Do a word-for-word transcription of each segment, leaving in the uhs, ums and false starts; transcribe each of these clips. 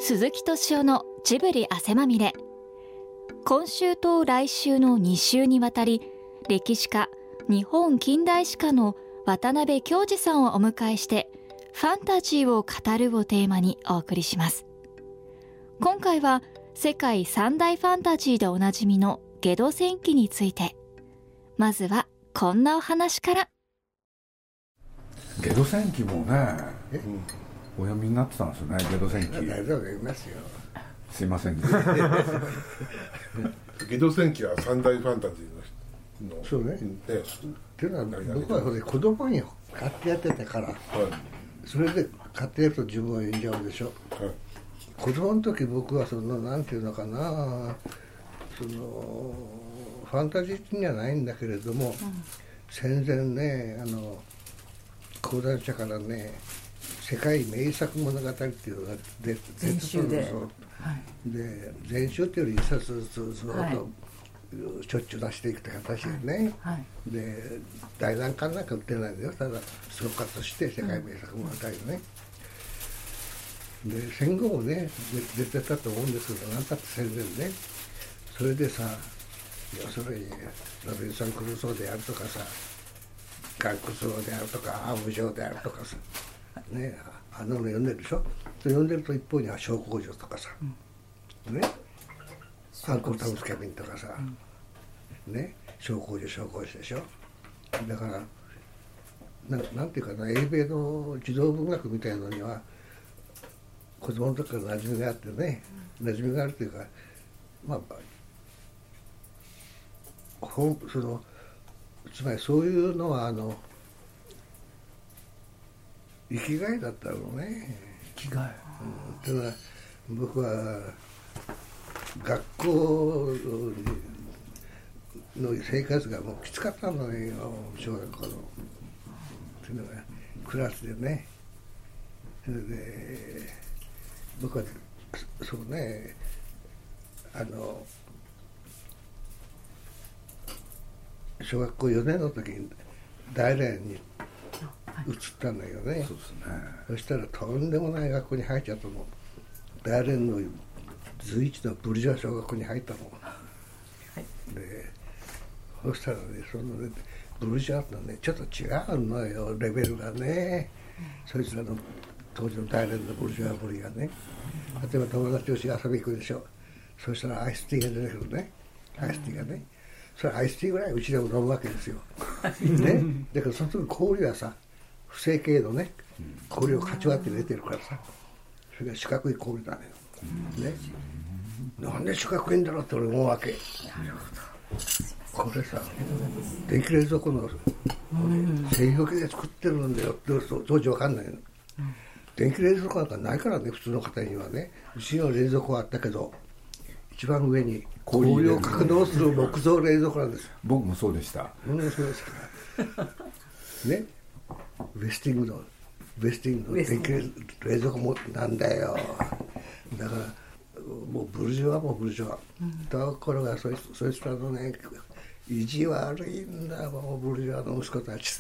鈴木敏夫のジブリ汗まみれ。今週と来週のに週にわたり、歴史家、日本近代史家の渡辺京二さんをお迎えしてファンタジーを語るをテーマにお送りします。今回は世界三大ファンタジーでおなじみのゲド戦記について。まずはこんなお話から。 ゲド戦記もね、お読みになってたんですよね。ゲド戦記大丈夫読みますよ。 すいませんねゲド戦記は三大ファンタジーのそうね。っていうのは僕はそれ子供に買ってやってたから、はい、それで買ってやると自分は読んじゃうでしょ、はい、子供の時僕はそのなんていうのかな、そのファンタジーにはないんだけれども、うん、戦前ね、あの講談社からね、世界名作物語っていうのが出てたんですよ。で全集っていうより一冊ずつずっと、はい、しょっちゅう出していくって形でね、はいはい、で大難関なんか売ってないんだよ。ただ総括して世界名作物語ね、うん、で戦後もね出てたと思うんですけど、なんたって戦前ね、それでさ、要するにロビンソン・クルーソーであるとかさ、ガンクスローであるとか、アムジョーであるとかさね、あのの読んでるでしょ。読んでると一方には小公女とかさ、うん、ね、アンコール・タムス・キャビンとかさ、うん、ね、小公女小公女でしょ。だから な, なんていうかな、英米の児童文学みたいなのには子供の時から馴染みがあってね、馴染みがあるというか、まあ本そのつまりそういうのはあの生きがいだったのね。 生きがい、 うん、というのは僕は学校の生活がもうきつかったのよ、小学校の。というのがクラスでね、それで僕はそうね、あの小学校よねんの時に大連に移ったんだよね。そうですね。そしたらとんでもない学校に入っちゃったの。大連の随一のブルジョワ小学校に入ったの、はい、でそしたらね、そのねブルジョワとねちょっと違うのよ、レベルがね、うん、そいつらの当時の大連のブルジョワぶりがね、例えば友達として遊び行くでしょ。そしたらアイスティーが出てくるね、アイスティーがね、それアイスティーぐらいうちでも飲むわけですよね。だからその時氷はさ、不正形のね氷をかち割って入れてるからさ、それが四角い氷なのよ、ね、なんで四角いんだろうって俺思うわけ。これさ、電気冷蔵庫の製氷機で作ってるんだよって当時わかんないの。電気冷蔵庫なんかないからね、普通の方にはね。うちの冷蔵庫はあったけど、一番上に氷を格納する木造冷蔵庫なんですよ。 僕もそうでした。 僕もそうですからね、ウェスティングのウェスティングの電気冷蔵庫もなんだよ。だからもうブルジョワもブルジョワ、うん、ところがそいつそいつらのね意地悪いんだ、もうブルジョワの息子たち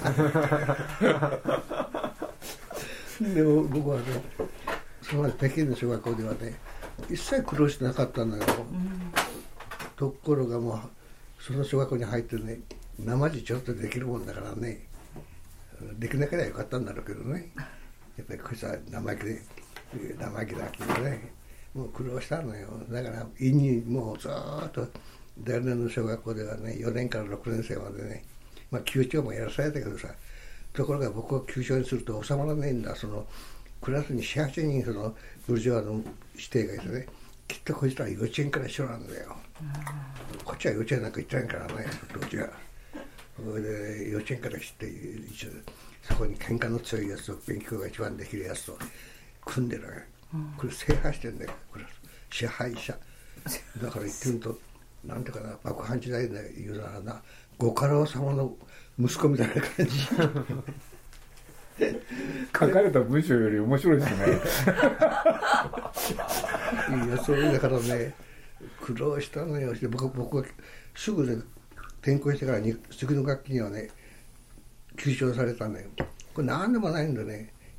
でも僕はね、その北京の小学校ではね一切苦労してなかったんだよ、うん、ところがもうその小学校に入ってね、生地ちょっとできるもんだからね、できなければよかったんだろうけどね、やっぱりこいつは生意気で生意気だけどね、もう苦労したのよ。だから院にもうずっと大連の小学校ではね、よねんからろくねん生までね、まあ級長もやらされたけどさ、ところが僕を級長にすると収まらないんだ。そのクラスにななはちにんそのブルジョワの指定がいてね、きっとこいつらは幼稚園から一緒なんだよ。こっちは幼稚園なんか行ってないからね、当時は。それで幼稚園から来て一緒で、そこに喧嘩の強いやつと勉強が一番できるやつと組んでるわけ。これ制覇してんだよ、これ支配者だから言ってみると、なんていうかな、爆破時代で言うならな、ご家老様の息子みたいな感じ書かれた文章より面白いですねいや、それだからね苦労したのよ。僕僕はすぐね転校してからに次の学期にはね休賞されたのよ。これ何でもないんでね、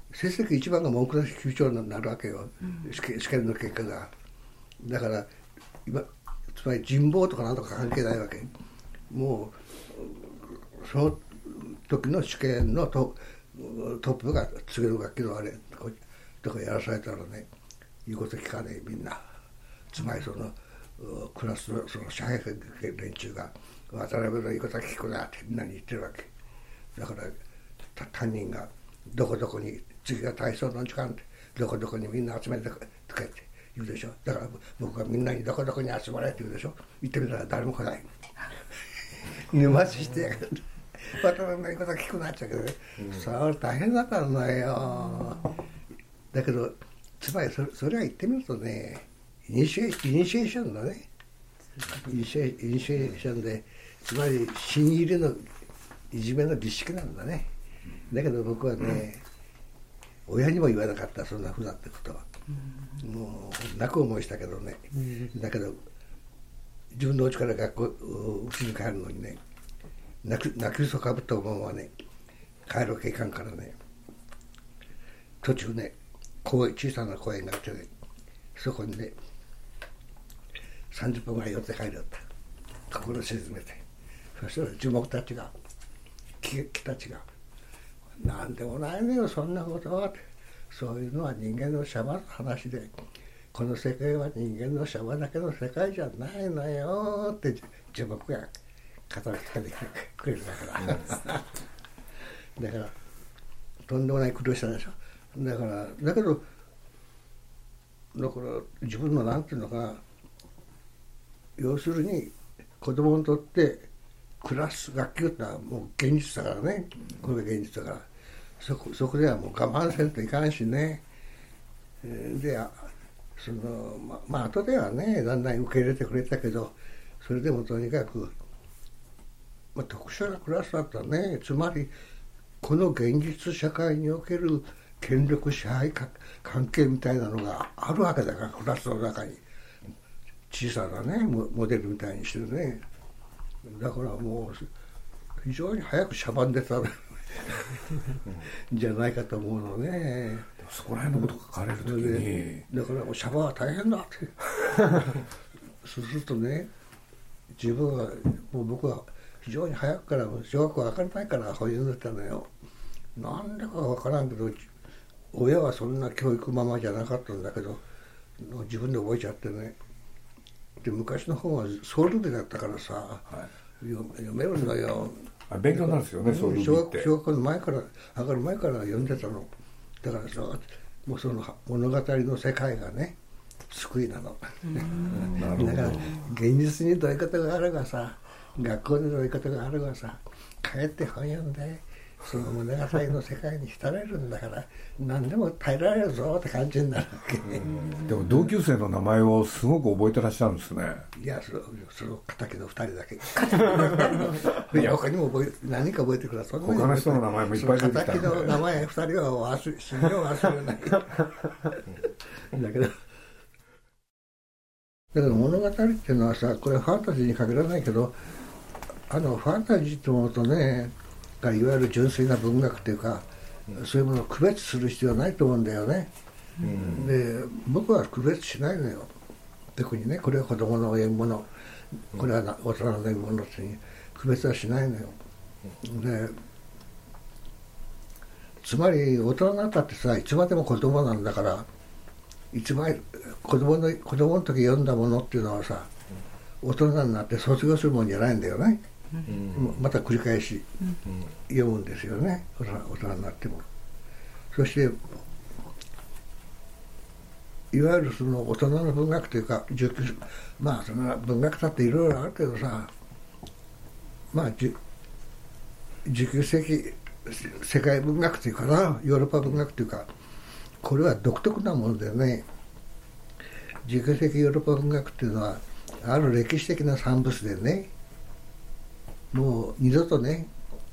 成績一番が文部科学省になるわけよ、うん、試験、試験の結果が。だから今つまり人望とかなんとか関係ないわけ。もうその時の試験のトトップが次の学期のあれとかやらされたらね、言うこと聞かねえみんな。つまりそのクラスのその社会連中が渡辺の言うことは聞くなってみんなに言ってるわけ。だから担任がどこどこに次が体操の時間ってどこどこにみんな集めてとか言って言うでしょ。だから僕はみんなにどこどこに集まれって言うでしょ。行ってみたら誰も来ない。沼地してやがる。渡辺の言うことは聞くなっちゃうけどね、うん、それは大変だったんだよ。だけどつまり そ, それは言ってみるとね、イニシエイニシエーションだね。イニシエイニシエーションで、つまり新入りのいじめの儀式なんだね。だけど僕はね、うん、親にも言わなかった、そんなふうなってことは、うん、もう泣く思いしたけどね、うん、だけど自分の家から学校うちに帰るのにね、泣き泣き嘘かぶったままね帰るわけいかんからね、途中ね公園、小さな公園があってね、そこにねさんじゅっぷんぐらい寄って帰るよった心を沈めて、そしたら樹木たちが木, 木たちがなんでもないのよそんなことはって、そういうのは人間のシャバの話で、この世界は人間のシャバだけの世界じゃないのよって樹木が語りかけてくれるだからだからとんでもない苦労したでしょ。だからだけどだから自分のなんていうのか、要するに子供にとってクラス学級ってのはもう現実だからね、これが現実だから、そこそこではもう我慢せんといかんしね。でそのままあ後ではねだんだん受け入れてくれたけど、それでもとにかく、まあ、特殊なクラスだったね。つまりこの現実社会における権力支配関係みたいなのがあるわけだから、クラスの中に小さなねモデルみたいにしてるね。だからもう非常に早くしゃばんでたじゃないかと思うのね。 そこら辺のこと書かれるときにだからもうシャバは大変だってそうするとね、自分はもう僕は非常に早くから小学校上がる前から保有だったのよ。なんでかわからんけど親はそんな教育ママじゃなかったんだけど、自分で覚えちゃってね。で昔の本はソウル日だったからさ、はい、読めるんだよ。 あ、勉強なんですよね、ソウル日って。 小学校の前から上がる前から読んでたの。だからさ、もうその物語の世界がね救いなの。だから現実にどういうことがあるがさ、学校でどういうことがあるがさ、帰って本読んでその物語の世界に浸れるんだから何でも耐えられるぞって感じになるわけね。 でも同級生の名前をすごく覚えてらっしゃるんですね。 いや、そのその敵のふたりだけいや他にも覚え何か覚えてください。 他の人の名前もいっぱい出てきたんで、 敵の名前ふたりは忘れ信用忘れないだけどだけど物語っていうのはさ、これファンタジーに限らないけど、あのファンタジーと思うとね、いわゆる純粋な文学というか、うん、そういうものを区別する必要はないと思うんだよね、うん、で僕は区別しないのよ。特にね、これは子供の読み物、これは大人の読み物って区別はしないのよ。でつまり大人になったってさ、いつまでも子供なんだから、いつまで子供の子供の時読んだものっていうのはさ、大人になって卒業するもんじゃないんだよね。うん、また繰り返し読むんですよね、大人になっても。そしていわゆるその大人の文学というか、まあその文学だっていろいろあるけどさ、まあじじゅうきゅう世紀世界文学というかな、ヨーロッパ文学というか、これは独特なものでね。じゅうきゅう世紀ヨーロッパ文学っていうのはある歴史的な産物でね、もう二度とね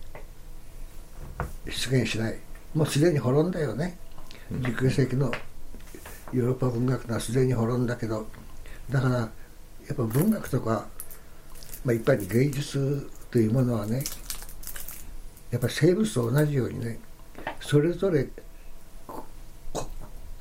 出現しない、もうすでに滅んだよね。じゅうきゅう世紀のヨーロッパ文学のはすでに滅んだけど、だからやっぱ文学とか、まあ、一般に芸術というものはね、やっぱ生物と同じようにね、それぞれ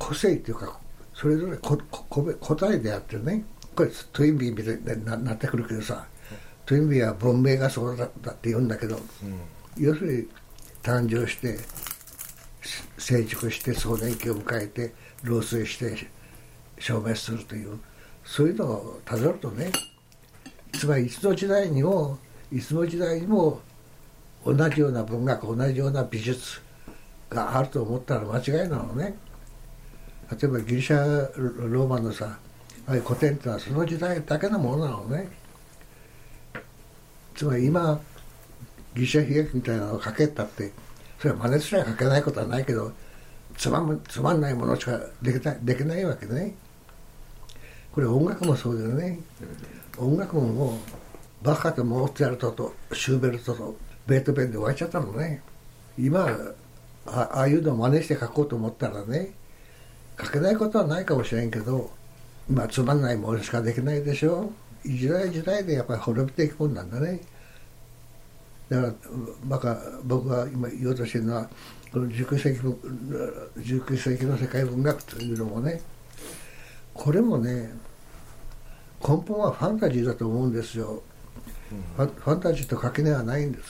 個性っていうかそれぞれここ答えであってね、これトインビーみたいに な, なってくるけどさ、トインビーは文明がそうだったって言うんだけど、うん、要するに誕生して成熟して壮年期を迎えて老衰して消滅するという、そういうのをたどるとね、つまりいつの時代にもいつの時代にも同じような文学、同じような美術があると思ったら間違いなのね。例えばギリシャローマのさ、ああいう古典ってのはその時代だけのものなのね。つまり今ギリシャ悲劇みたいなのを書けたって、それは真似すら書けないことはないけど、つまん、つまんないものしかできない、できないわけね。これ音楽もそうだよね。音楽ももうバッハとモーツァルトとシューベルトとベートーベンで終わっちゃったのね。今 あ, ああいうのを真似して書こうと思ったらね、書けないことはないかもしれんけど、今つまんないものしかできないでしょ。時代時代でやっぱり滅びていくもんなんだね。だからバカ僕が今言おうとしてるのは、このじゅうきゅう世紀じゅうきゅう世紀の世界文学というのもね、これもね根本はファンタジーだと思うんですよ。ファン、ファンタジーと垣根はないんです。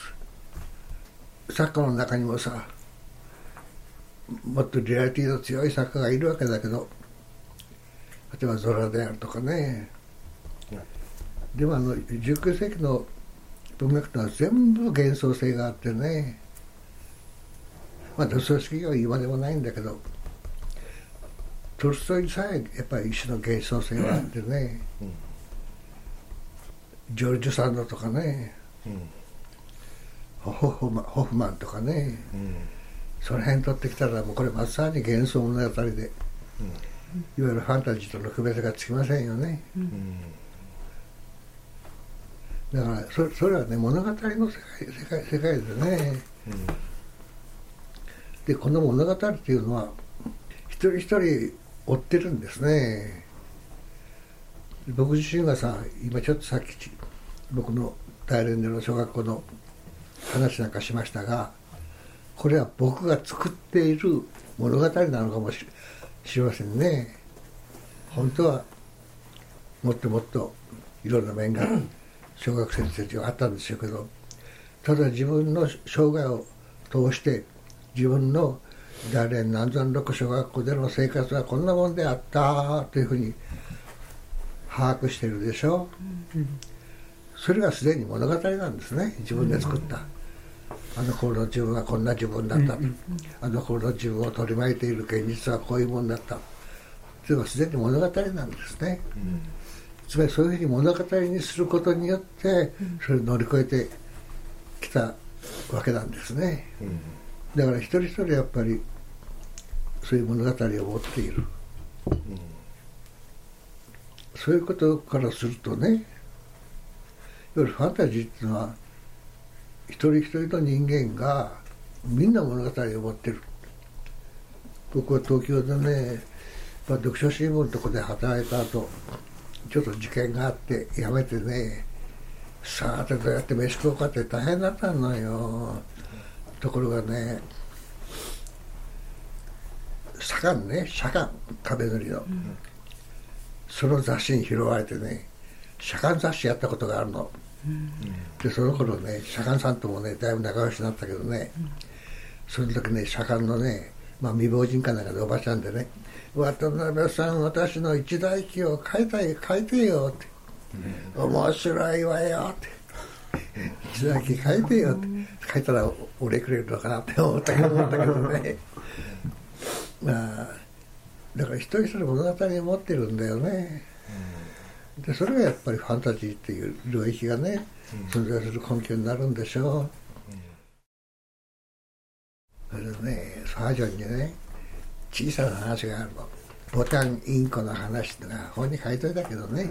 作家の中にもさ、もっとリアリティの強い作家がいるわけだけど、例えばゾラであるとかね、うん、でもあのじゅうきゅう世紀の文学というのは全部幻想性があってね、まあドストエフスキーは今でもないんだけど、トルストイさえやっぱり一種の幻想性があってね、うん、ジョルジュ・サンドとかね、うん、ホフマン、ホフマンとかね、うん、その辺取ってきたらもうこれまさに幻想物語で、うん、いわゆるファンタジーとの区別がつきませんよね、うん、だから そ, それはね物語の世界、世界、世界でね、うん、でこの物語っていうのは一人一人追ってるんですね。僕自身がさ、今ちょっとさっき僕の大連での小学校の話なんかしましたが、これは僕が作っている物語なのかもしれませんね。本当はもっともっといろんな面が小学生たちはあったんでしょうけど、ただ自分の生涯を通して自分の大連南山六小学校での生活はこんなもんであったというふうに把握してるでしょ、うん、それがすでに物語なんですね。自分で作った、あの頃の自分はこんな自分だったと、あの頃の自分を取り巻いている現実はこういうもんだったそれはすでに物語なんですね、うん、つまりそういうふうに物語にすることによってそれを乗り越えてきたわけなんですね、うん、だから一人一人やっぱりそういう物語を持っている、うん、そういうことからするとね、いわゆるファンタジーっていうのは一人一人の人間がみんな物語を持ってる。僕は東京でね、まあ、読書新聞のとこで働いた後ちょっと事件があって辞めてね、さあどうやって飯食おうかって大変だったのよ。ところがね、左官ね、左官壁塗りの、うん、その雑誌に拾われてね、左官雑誌やったことがあるの、うん、でその頃ね左官さんともねだいぶ仲良しになったけどね、うん、その時ね左官のね、まあ、未亡人かなんかでおばちゃんでね、渡辺さん私の一代記を書いたい書いてよって、うん、面白いわよって一代記書いてよって書いたら俺くれるのかなって思ったけど思ったけどねまあだから一人一人物語を持ってるんだよね、うん、でそれがやっぱりファンタジーっていう領域がね、うん、存在する根拠になるんでしょう、うん、それでねサージョンにね小さな話があるの。ボタンインコの話ってのが本に書いといたけどね、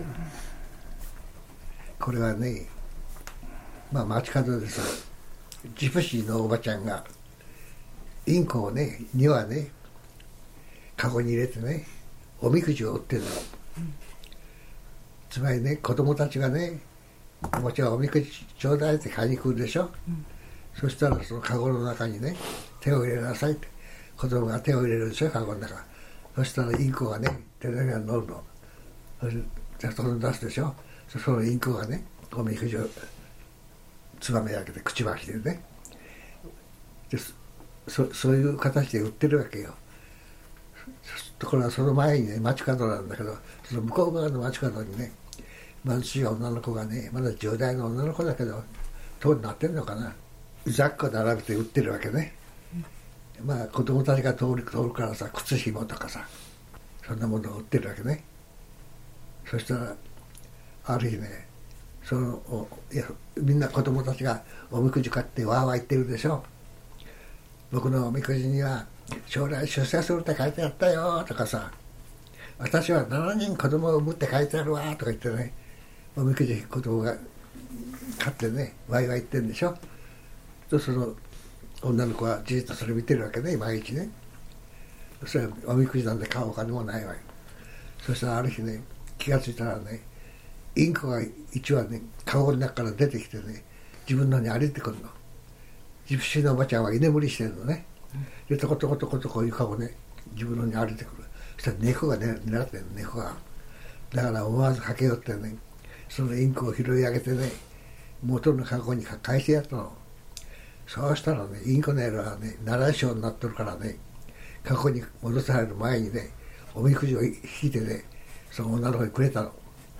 これはねまあ街角でさジプシーのおばちゃんがインコをね庭ねカゴに入れてねおみくじを売ってるの、うん、つまりね子供たちがねもちろんおみくじちょうだいって買いに来るでしょ、うん、そしたらそのカゴの中にね手を入れなさいって子供が手を入れるでしょカゴの中そしたらインコがね手の上に乗るの。それじゃあその出すでしょ。そのインコがねおみくじをつばめ開けてくちばしでねで そ, そういう形で売ってるわけよ。ところがその前にね街角なんだけど、その向こう側の街角にね貧しい女の子がね、まだじゅう代の女の子だけど当になってるのかな、雑貨並べて売ってるわけね。まあ子供たちが通る通るからさ、靴ひもとかさそんなものを売ってるわけね。そしたらある日ね、そのいやみんな子供たちがおみくじ買ってわーわー言ってるでしょ。僕のおみくじには将来出世するって書いてあったよとかさ、私はしちにん子供を産むって書いてあるわとか言ってね、おみくじ子供が買ってねわいわい言ってるんでしょ。とその女の子はじっとそれ見てるわけね、毎日ね。それはおみくじなんで買うお金もないわよ。そしたらある日ね気がついたらね、インコが一羽ね顔の中から出てきてね、自分の方に歩いてくるの。ジプシーのおばちゃんは居眠りしてるのね。でトコトコトコトコ床をね自分の方に歩いてくる。そしたら猫がね狙ってるの、猫が。だから思わず駆け寄ってね、そのインコを拾い上げてね元のカゴに返してやったの。そうしたらね、インコの野郎はね奈良賞になってるからね、カゴに戻される前にねおみくじを引いてねその女の子にくれたの。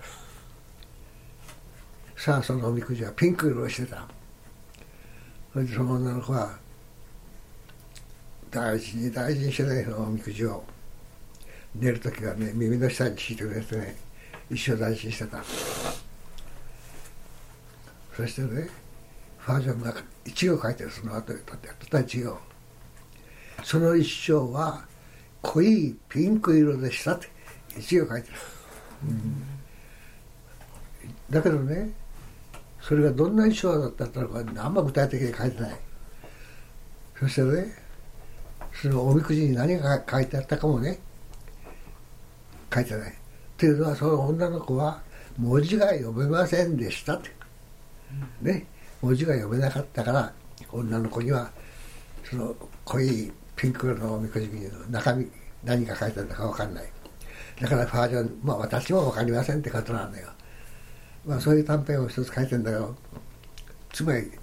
さあそのおみくじはピンク色をしてた。それでその女の子は大事に大事にしてね、おみくじを寝るときはね耳の下に敷いてくれてね、一生大事にしてた。そしてねファージョンの中一行書いてる。その後でたった一行、その一生は濃いピンク色でしたって一行書いてる、うん、だけどねそれがどんな一生だったのかあんま具体的に書いてない。そしてねそのおみくじに何が書いてあったかもね書いてない。っていうのはその女の子は文字が読めませんでしたって、うん、ね、文字が読めなかったから女の子にはその濃いピンク色のおみくじの中身何が書いてあるのか分かんない。だからファージョン、まあ私も分かりませんってことなんだよ。まあそういう短編を一つ書いてんだよ。つまり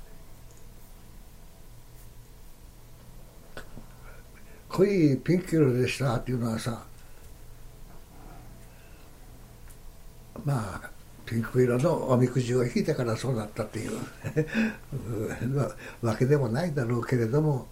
濃いピンク色でしたっていうのはさ、まあピンク色のおみくじを引いてからそうなったっていうわけでもないだろうけれども、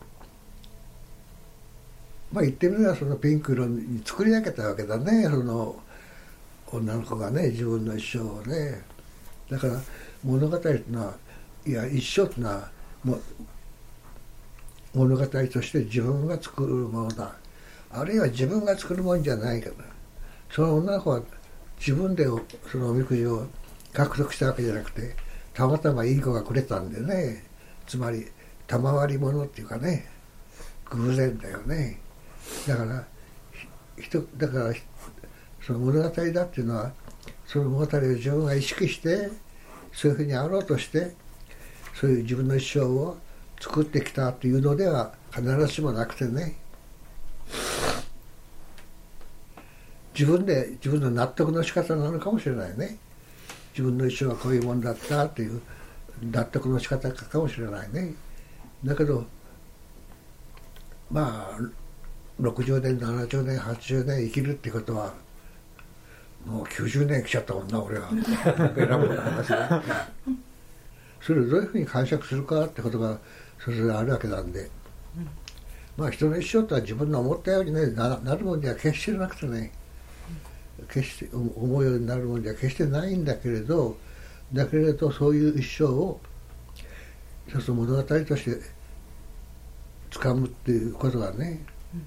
まあ言ってみればそのピンク色に作り上げたわけだね、その女の子がね自分の一生をね。だから物語っていうのは、いや一生っていうのはもう物語として自分が作るものだ、あるいは自分が作るものじゃないけど、その女の子は自分でそのおみくじを獲得したわけじゃなくて、たまたまいい子がくれたんでね、つまり賜り物っていうかね、偶然だよね。だから人だからその物語だっていうのは、その物語を自分が意識してそういうふうにあろうとしてそういう自分の一生を作ってきたというのでは必ずしもなくてね、自分で自分の納得の仕方なのかもしれないね。自分の一生はこういうもんだったっていう納得の仕方かもしれないね。だけどまあろくじゅうねんななじゅうねんはちじゅうねん生きるってことはもうきゅうじゅうねん来ちゃったもんな俺は選ぶ話ねそれをどういうふうに解釈するかってことがそれぞれあるわけなんで、まあ人の一生とは自分の思ったように、ね、な, なるもんでは決してなくてね、決して思うようになるもんでは決してないんだけれど、だけれどそういう一生を一つ物語として掴むっていうことがね、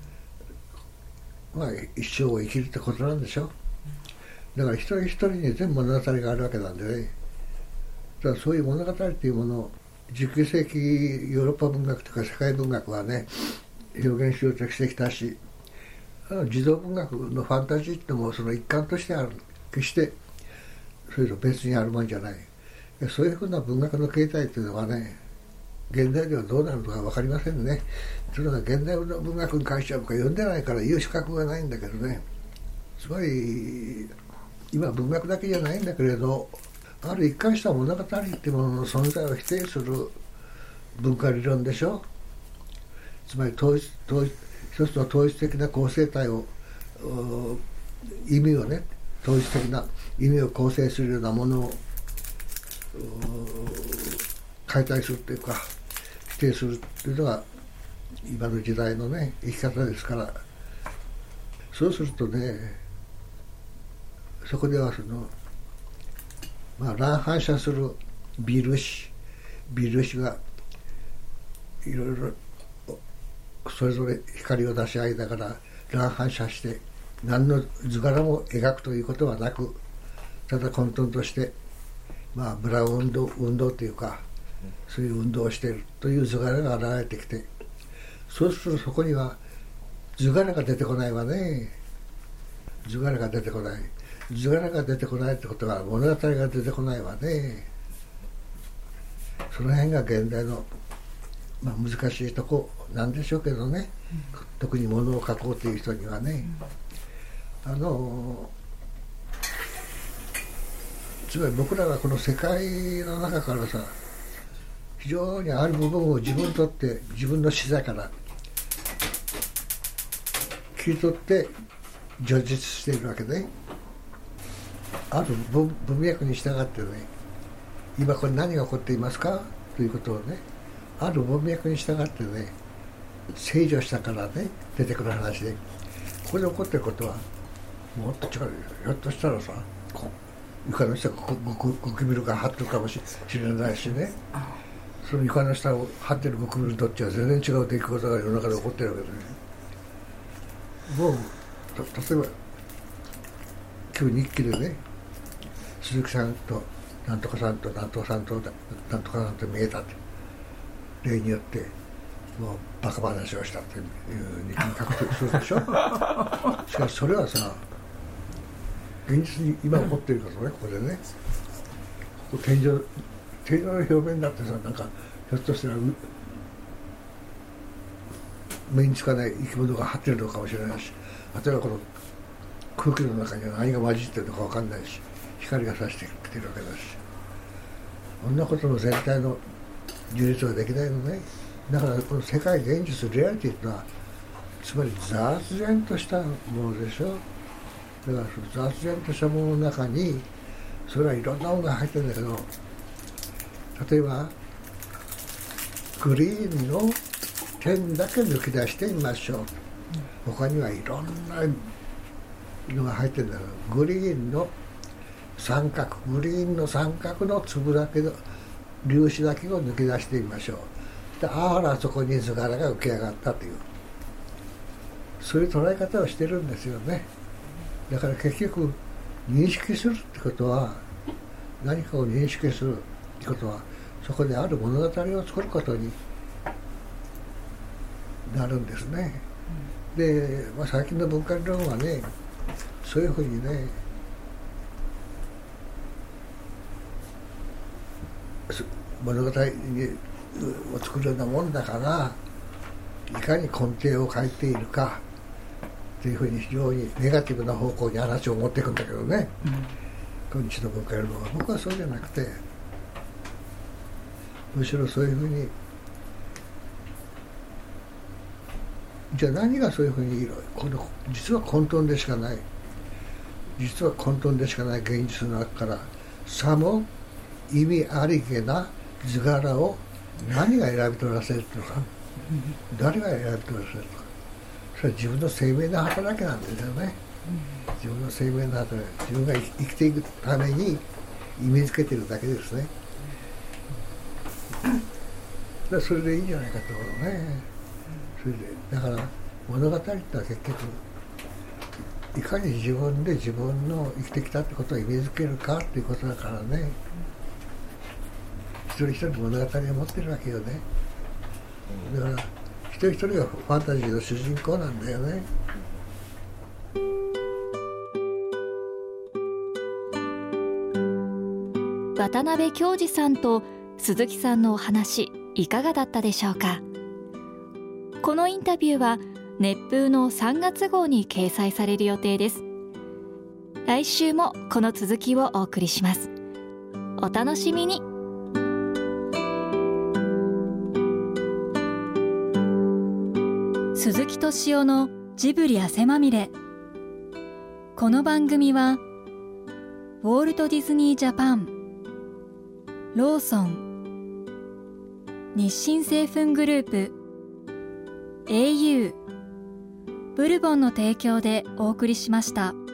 まあ一生を生きるってことなんでしょ。だから一人一人に全部物語があるわけなんでね。だからそういう物語っていうものをじゅうきゅうせいきヨーロッパ文学とか世界文学はね表現しようとしてきたし、あの児童文学のファンタジーってもその一環としてある、決してそれと別にあるもんじゃない。そういうふうな文学の形態というのはね現代ではどうなるのか分かりませんね。それは現代の文学に関しては僕は読んでないから言う資格がないんだけどね、すごい今文学だけじゃないんだけれど、ある一貫した物語っていうものの存在を否定する文化理論でしょ。つまり統一統一一つの統一的な構成体を意味をね、統一的な意味を構成するようなものを解体するというか否定するというのが今の時代のね生き方ですから、そうするとね、そこではそのまあ乱反射するビル紙ビル紙がいろいろそれぞれ光を出し合いながら乱反射して何の図柄も描くということはなく、ただ混沌としてまあブラウン運動運動というかそういう運動をしているという図柄が現れてきて、そうするとそこには図柄が出てこないわね。図柄が出てこない図柄が出てこないってことは物語が出てこないわね。その辺が現代の、まあ、難しいとこなんでしょうけどね、うん、特に物を書こうという人にはね、うん、あのつまり僕らはこの世界の中からさ、非常にある部分を自分にとって自分の視座から切り取って叙述しているわけで、ある 文, 文脈に従ってね、今これ何が起こっていますかということをね、ある文脈に従ってね正序したからね出てくる話で、ここで起こっていることはもっと違う。ひょっとしたらさ、床の下がゴキブリが張ってるかもしれないしね、その床の下を張ってるゴキブリとっちは全然違う出来事が世の中で起こってるわけでね。もう例えば今日日記でね、鈴木さんとなんとかさんとなんとかさんとなんとかさんと見えたって例によってもうバカ話をしたっていう日記に書くとするでしょ。しかしそれはさ、現実に今起こっているからね、ここでね、ここ天井天井の表面だってさ、なんかひょっとしたら目につかない生き物が張ってるのかもしれないし、例えばこの空気の中には何が混じってるのか分かんないし、光が差してきてるわけだし、こんなことの全体の充実はできないのね。だからこの世界現実リアリティというのはつまり雑然としたものでしょ。だからその雑然としたものの中にそれはいろんなものが入ってるんだけど、例えばグリーンの点だけ抜き出してみましょう。他にはいろんなのが入ってるんだけど、グリーンの三角グリーンの三角の粒だけの粒子だけを抜き出してみましょう。で、あらそこに図柄が浮き上がったという、そういう捉え方をしてるんですよね。だから結局認識するってことは、何かを認識するってことはそこである物語を作ることになるんですね。で、まあ、最近の文化理論はね、そういうふうにね、物語を作るようなもんだから、いかに根底を書いているかというふうに非常にネガティブな方向に話を持っていくんだけどね、うん、今日の文化理論は。僕はそうじゃなくて、むしろそういうふうに、じゃあ何がそういうふうにこの実は混沌でしかない実は混沌でしかない現実の中からさも意味ありげな図柄を何が選び取らせるのか、誰が選び取らせるのか、それは自分の生命の働きなんですよね。自分の生命の働き、自分が生きていくために意味付けてるだけですね。だそれでいいんじゃないかと思うね。それでだから物語ってのは結局いかに自分で自分の生きてきたってことを意味付けるかっていうことだからね。一人一人物語を持ってるわけよね。だから一人一人がファンタジーの主人公なんだよね。 渡辺京二さんと鈴木さんのお話、 いかがだったでしょうか。このインタビューは熱風のさんがつ号に掲載される予定です。来週もこの続きをお送りします。お楽しみに。鈴木敏夫のジブリ汗まみれ。この番組はウォルト・ディズニー・ジャパン、ローソン、日清製粉グループ、エーユー、ブルボンの提供でお送りしました。